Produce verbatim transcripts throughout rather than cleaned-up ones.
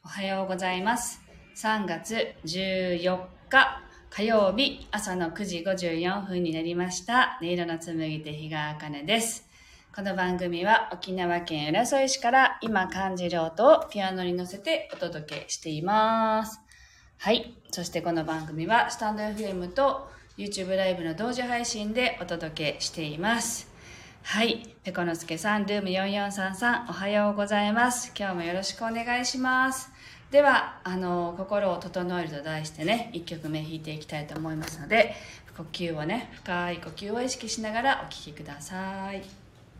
はようございます。さんがつじゅうよっか火曜日朝のくじごじゅうよんぷんになりました。音色の紡ぎ手日川茜です。この番組は沖縄県浦添市から今感じる音をピアノに乗せてお届けしています。はい。そしてこの番組はスタンド エフエム と YouTube ライブの同時配信でお届けしています。はい。ペコのすけさん、ルームよんよんさんさん、おはようございます。今日もよろしくお願いします。では、あの、心を整えると題してね、いっきょくめ弾いていきたいと思いますので、呼吸をね、深い呼吸を意識しながらお聴きください。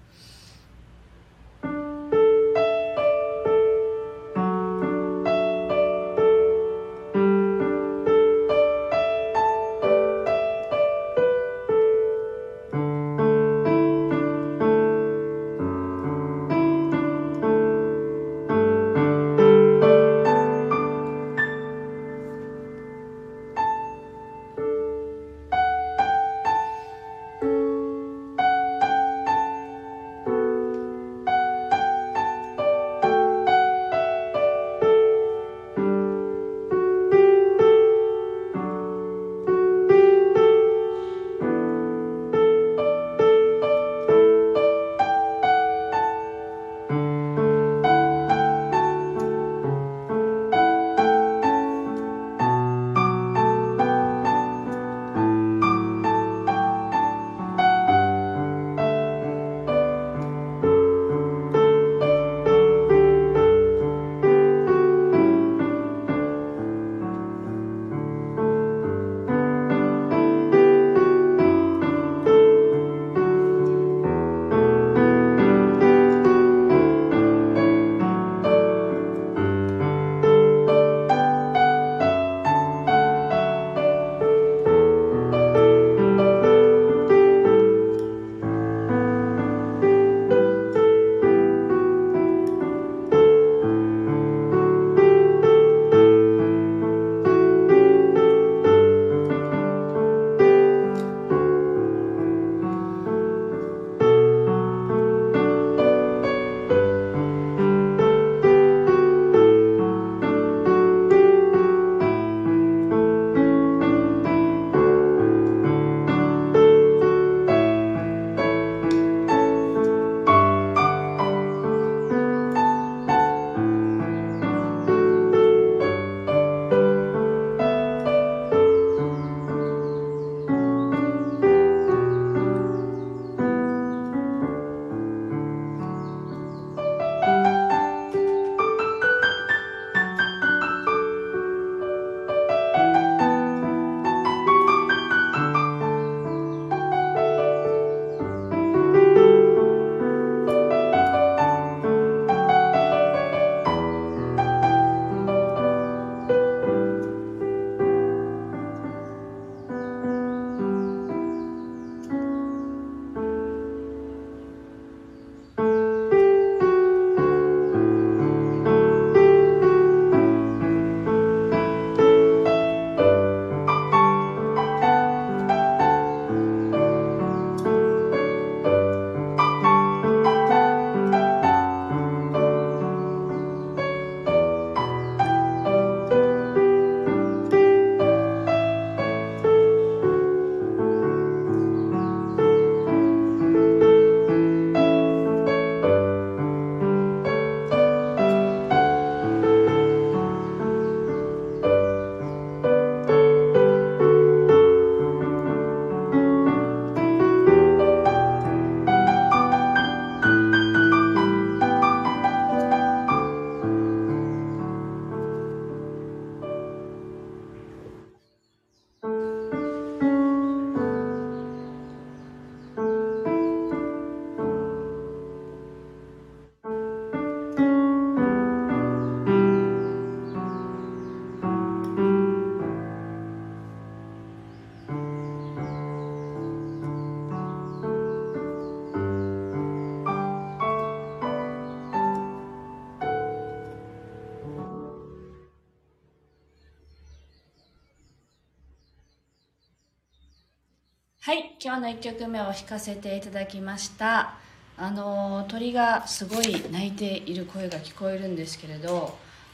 はい、今日のいっきょくめを弾かせていただきました。あの鳥がすごい鳴いている声が聞こえるんですけれど、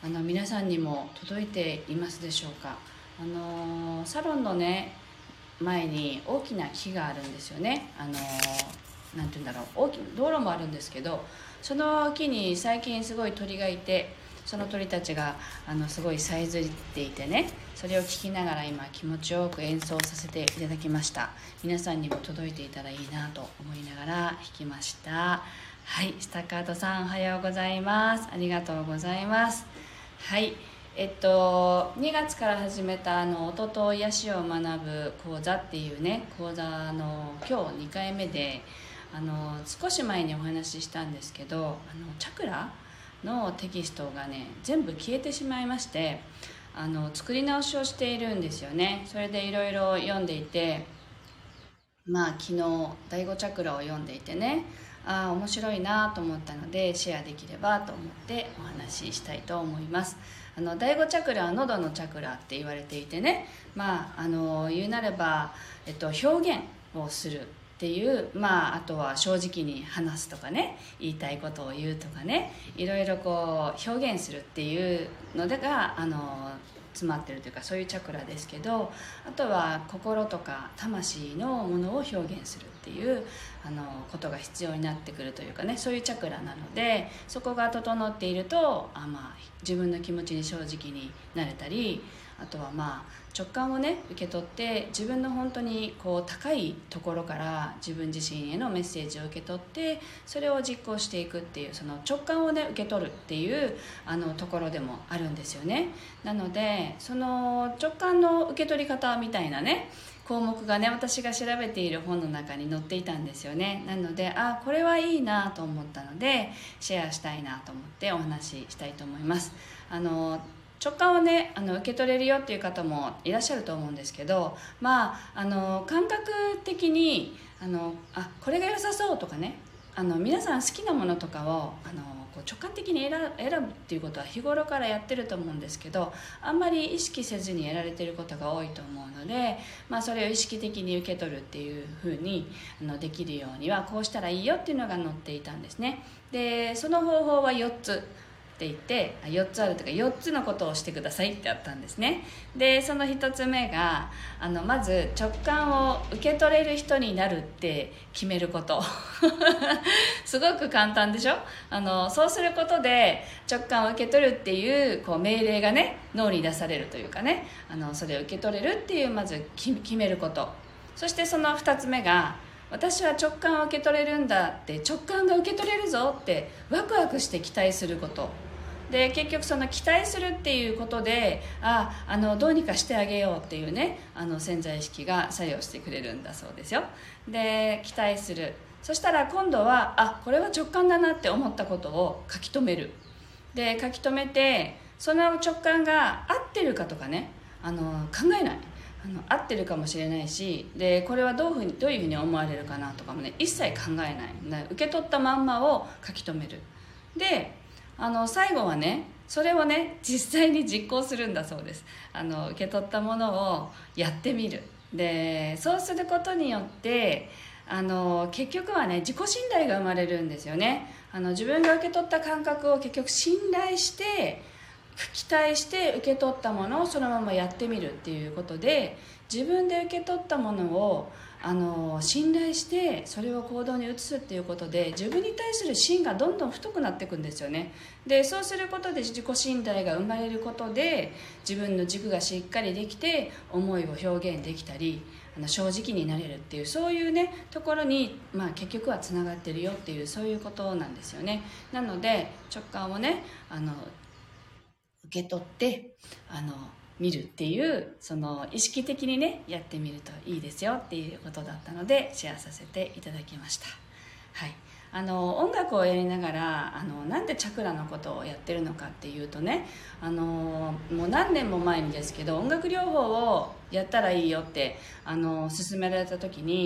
あの皆さんにも届いていますでしょうか。あのサロンのね前に大きな木があるんですよね。あのなんていうんだろう、大きな道路もあるんですけど、その木に最近すごい鳥がいて、その鳥たちがあのすごいさえずりっていてね、それを聞きながら今気持ちよく演奏させていただきました。皆さんにも届いていたらいいなと思いながら弾きました。はい、スタカートさんおはようございます。ありがとうございます。はい、えっとにがつから始めたあの音と癒しを学ぶ講座っていうね講座の今日にかいめで、あの少し前にお話ししたんですけど、あのチャクラのテキストがね全部消えてしまいまして、あの作り直しをしているんですよね。それでいろいろ読んでいて、まあ昨日第五チャクラを読んでいてね、ああ面白いなと思ったのでシェアできればと思ってお話ししたいと思います。あの第五チャクラは喉のチャクラって言われていてね、まああの言うなれば、えっと、表現をするっていう、まあ、あとは正直に話すとかね、言いたいことを言うとかね、いろいろこう表現するっていうのでがあの詰まってるというか、そういうチャクラですけど、あとは心とか魂のものを表現するっていうあのことが必要になってくるというかね、そういうチャクラなので、そこが整っているとあ、まあ、自分の気持ちに正直になれたり、あとはまあ直感をね受け取って自分の本当にこう高いところから自分自身へのメッセージを受け取ってそれを実行していくっていう、その直感をね受け取るっていうあのところでもあるんですよね。なのでその直感の受け取り方みたいなね項目がね私が調べている本の中に載っていたんですよね。なのであこれはいいなと思ったのでシェアしたいなと思ってお話ししたいと思います。あの直感をねあの受け取れるよっていう方もいらっしゃると思うんですけど、まああの感覚的にあのあこれが良さそうとかね、あの皆さん好きなものとかをあのこう直感的に選ぶっていうことは日頃からやってると思うんですけど、あんまり意識せずにやられてることが多いと思うので、まあ、それを意識的に受け取るっていうふうにあのできるようにはこうしたらいいよっていうのが載っていたんですね。でその方法はよっつって言ってよっつあるというかよっつのことをしてくださいってあったんですね。でそのひとつめがあのまず直感を受け取れる人になるって決めることすごく簡単でしょ。あのそうすることで直感を受け取るっていう、こう命令がね脳に出されるというかね、あのそれを受け取れるっていうまず決めること。そしてそのふたつめが私は直感を受け取れるんだって、直感が受け取れるぞってワクワクして期待することで、結局その期待するっていうことでああのどうにかしてあげようっていうねあの潜在意識が作用してくれるんだそうですよ。で期待する、そしたら今度はあこれは直感だなって思ったことを書き留める。で書き留めてその直感が合ってるかとかねあの考えない、あの合ってるかもしれないし、でこれはどういうふうにどういうふうに思われるかなとかもね一切考えない、受け取ったまんまを書き留める。であの最後はねそれをね実際に実行するんだそうです。あの受け取ったものをやってみる。でそうすることによってあの結局はね自己信頼が生まれるんですよね。あの自分が受け取った感覚を結局信頼して期待して受け取ったものをそのままやってみるっていうことで、自分で受け取ったものをあの信頼してそれを行動に移すっていうことで自分に対する芯がどんどん太くなっていくんですよね。でそうすることで自己信頼が生まれることで自分の軸がしっかりできて思いを表現できたりあの正直になれるっていう、そういうねところに、まあ、結局はつながってるよっていうそういうことなんですよね。なので直感をねあの受け取ってあの見るっていう、その意識的にねやってみるといいですよっていうことだったのでシェアさせていただきました。はい、あの音楽をやりながらあのなんでチャクラのことをやってるのかっていうとね、あのもう何年も前にですけど音楽療法をやったらいいよってあの勧められた時に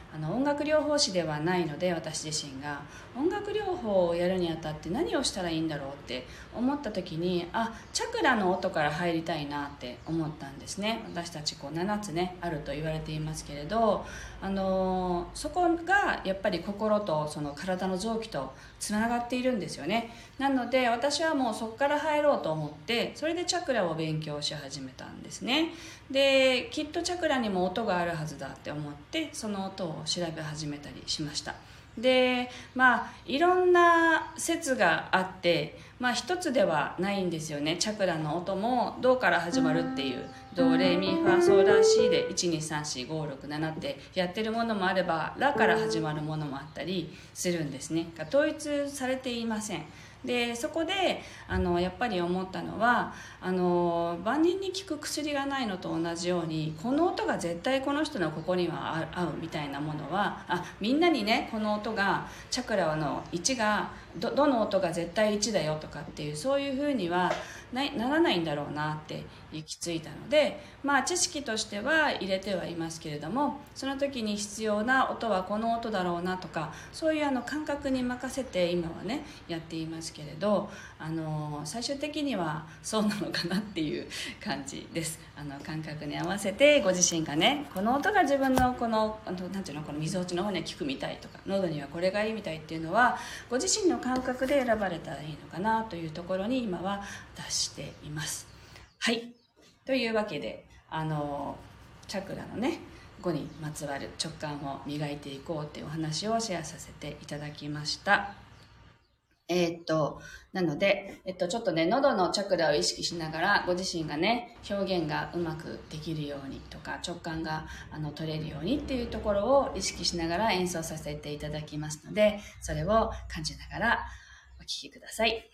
あの音楽療法士ではないので、私自身が音楽療法をやるにあたって何をしたらいいんだろうって思った時に、あ、チャクラの音から入りたいなって思ったんですね。私たちこうななつねあると言われていますけれど、あのそこがやっぱり心とその体の臓器とつながっているんですよね。なので私はもうそこから入ろうと思って、それでチャクラを勉強し始めたんですね。できっとチャクラにも音があるはずだって思って、その音を調べ始めたりしました。でまあいろんな説があって、まあ一つではないんですよね。チャクラの音もドから始まるっていう、ドレミファソラシでいちにさんしごろくななってやってるものもあれば、ラから始まるものもあったりするんですね。が統一されていません。でそこであのやっぱり思ったのは、あの万人に効く薬がないのと同じように、この音が絶対この人のここには合うみたいなものは、あ、みんなにねこの音がチャクラのいちが ど, どの音が絶対いちだよとかっていう、そういうふうには な, ならないんだろうなって行き着いたので、まあ知識としては入れてはいますけれども、その時に必要な音はこの音だろうなとか、そういうあの感覚に任せて今はねやっていますけれど、あの最終的にはそうなのかなっていう感じです。あの感覚に合わせてご自身がね、この音が自分のこのなんていうの、このみぞおちの方には効くみたいとか、喉にはこれがいいみたいっていうのはご自身の感覚で選ばれたらいいのかなというところに今は達しています。はい、というわけで、あのチャクラのね語にまつわる直感を磨いていこうっていうお話をシェアさせていただきました。えー、っとなので、えっと、ちょっとね喉のチャクラを意識しながら、ご自身がね表現がうまくできるようにとか、直感があの取れるようにっていうところを意識しながら演奏させていただきますので、それを感じながらお聴きください。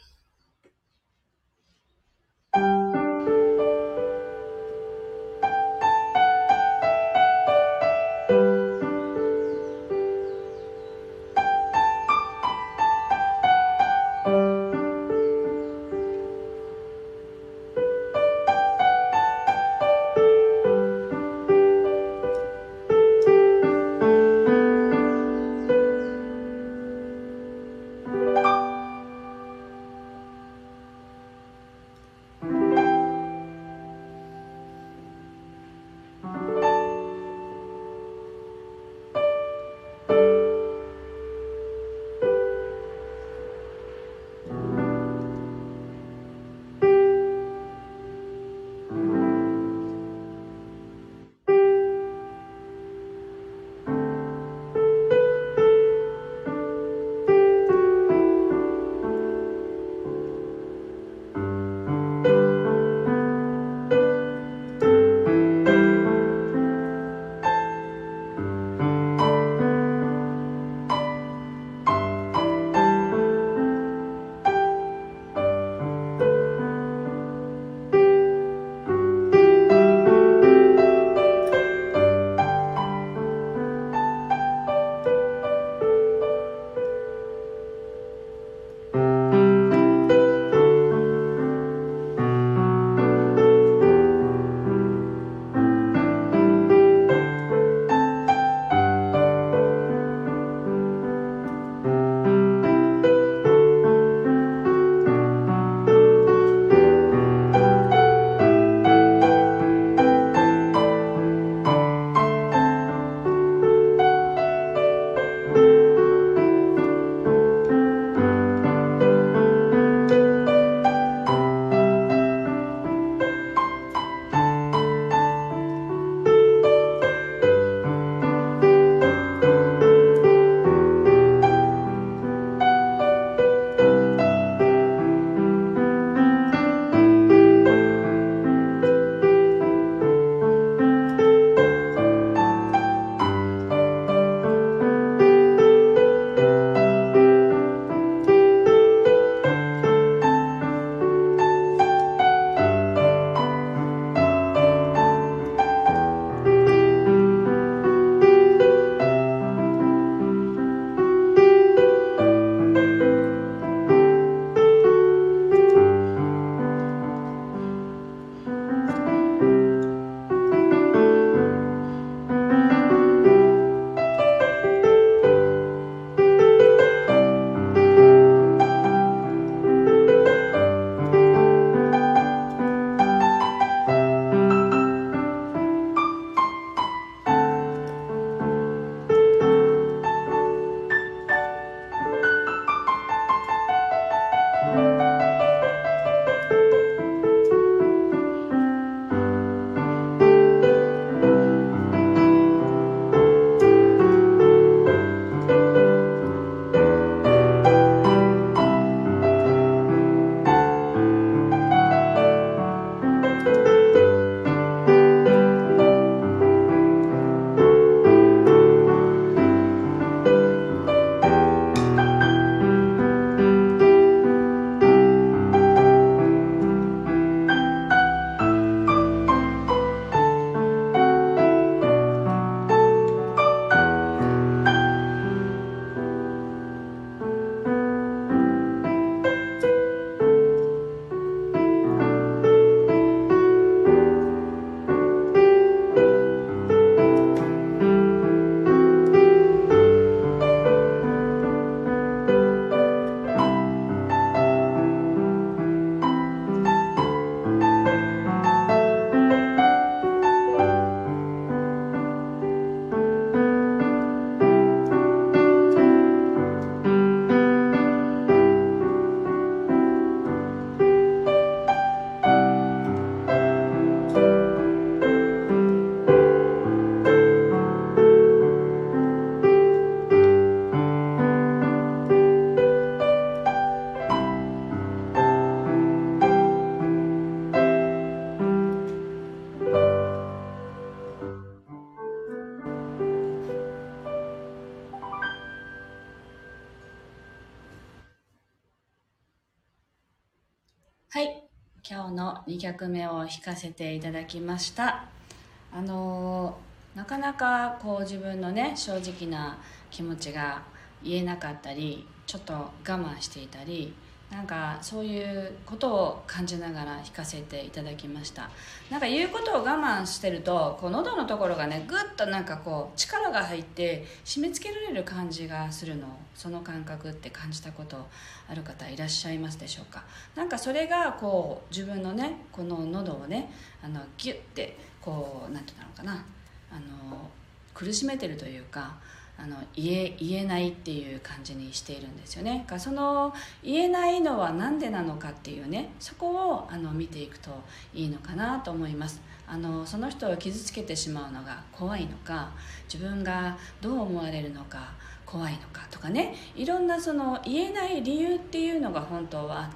今日のにきゃくめを弾かせていただきました。あのー、なかなかこう自分のね正直な気持ちが言えなかったり、ちょっと我慢していたり、なんかそういうことを感じながら弾かせていただきました。なんか言うことを我慢してると、こう喉のところがねぐっとなんかこう力が入って締め付けられる感じがするの、その感覚って感じたことある方いらっしゃいますでしょうか。なんかそれがこう自分のねこの喉をねあのギュッてこうなんていうのかな、あの苦しめてるというか、あの言え、言えないっていう感じにしているんですよね。その言えないのは何でなのかっていうね、そこをあの見ていくといいのかなと思います。あのその人を傷つけてしまうのが怖いのか、自分がどう思われるのか怖いのかとかね、いろんなその言えない理由っていうのが本当はあって、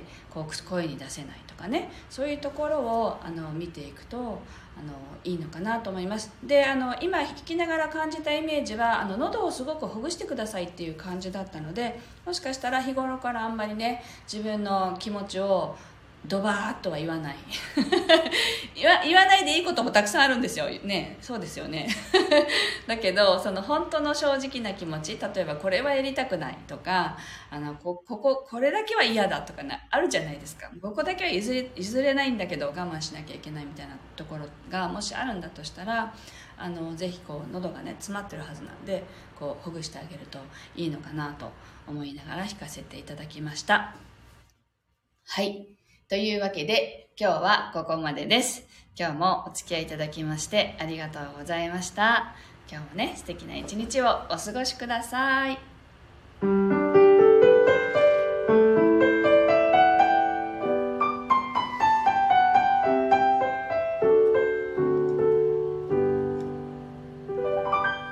こう声に出せないとかね、そういうところをあの見ていくとあのいいのかなと思います。で、あの今弾きながら感じたイメージは、あの喉をすごくほぐしてくださいっていう感じだったので、もしかしたら日頃からあんまりね自分の気持ちをドバーッとは言わない言わ言わないでいいこともたくさんあるんですよね。そうですよねだけどその本当の正直な気持ち、例えばこれはやりたくないとか、あの こ, こここれだけは嫌だとか、ね、あるじゃないですか。ここだけは譲れ、譲れないんだけど我慢しなきゃいけないみたいなところがもしあるんだとしたら、あのぜひこう喉がね詰まってるはずなんで、こうほぐしてあげるといいのかなと思いながら弾かせていただきました。はい、というわけで今日はここまでです。今日もお付き合いいただきましてありがとうございました。今日もね素敵な一日をお過ごしください。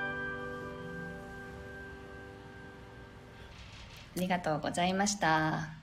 ありがとうございました。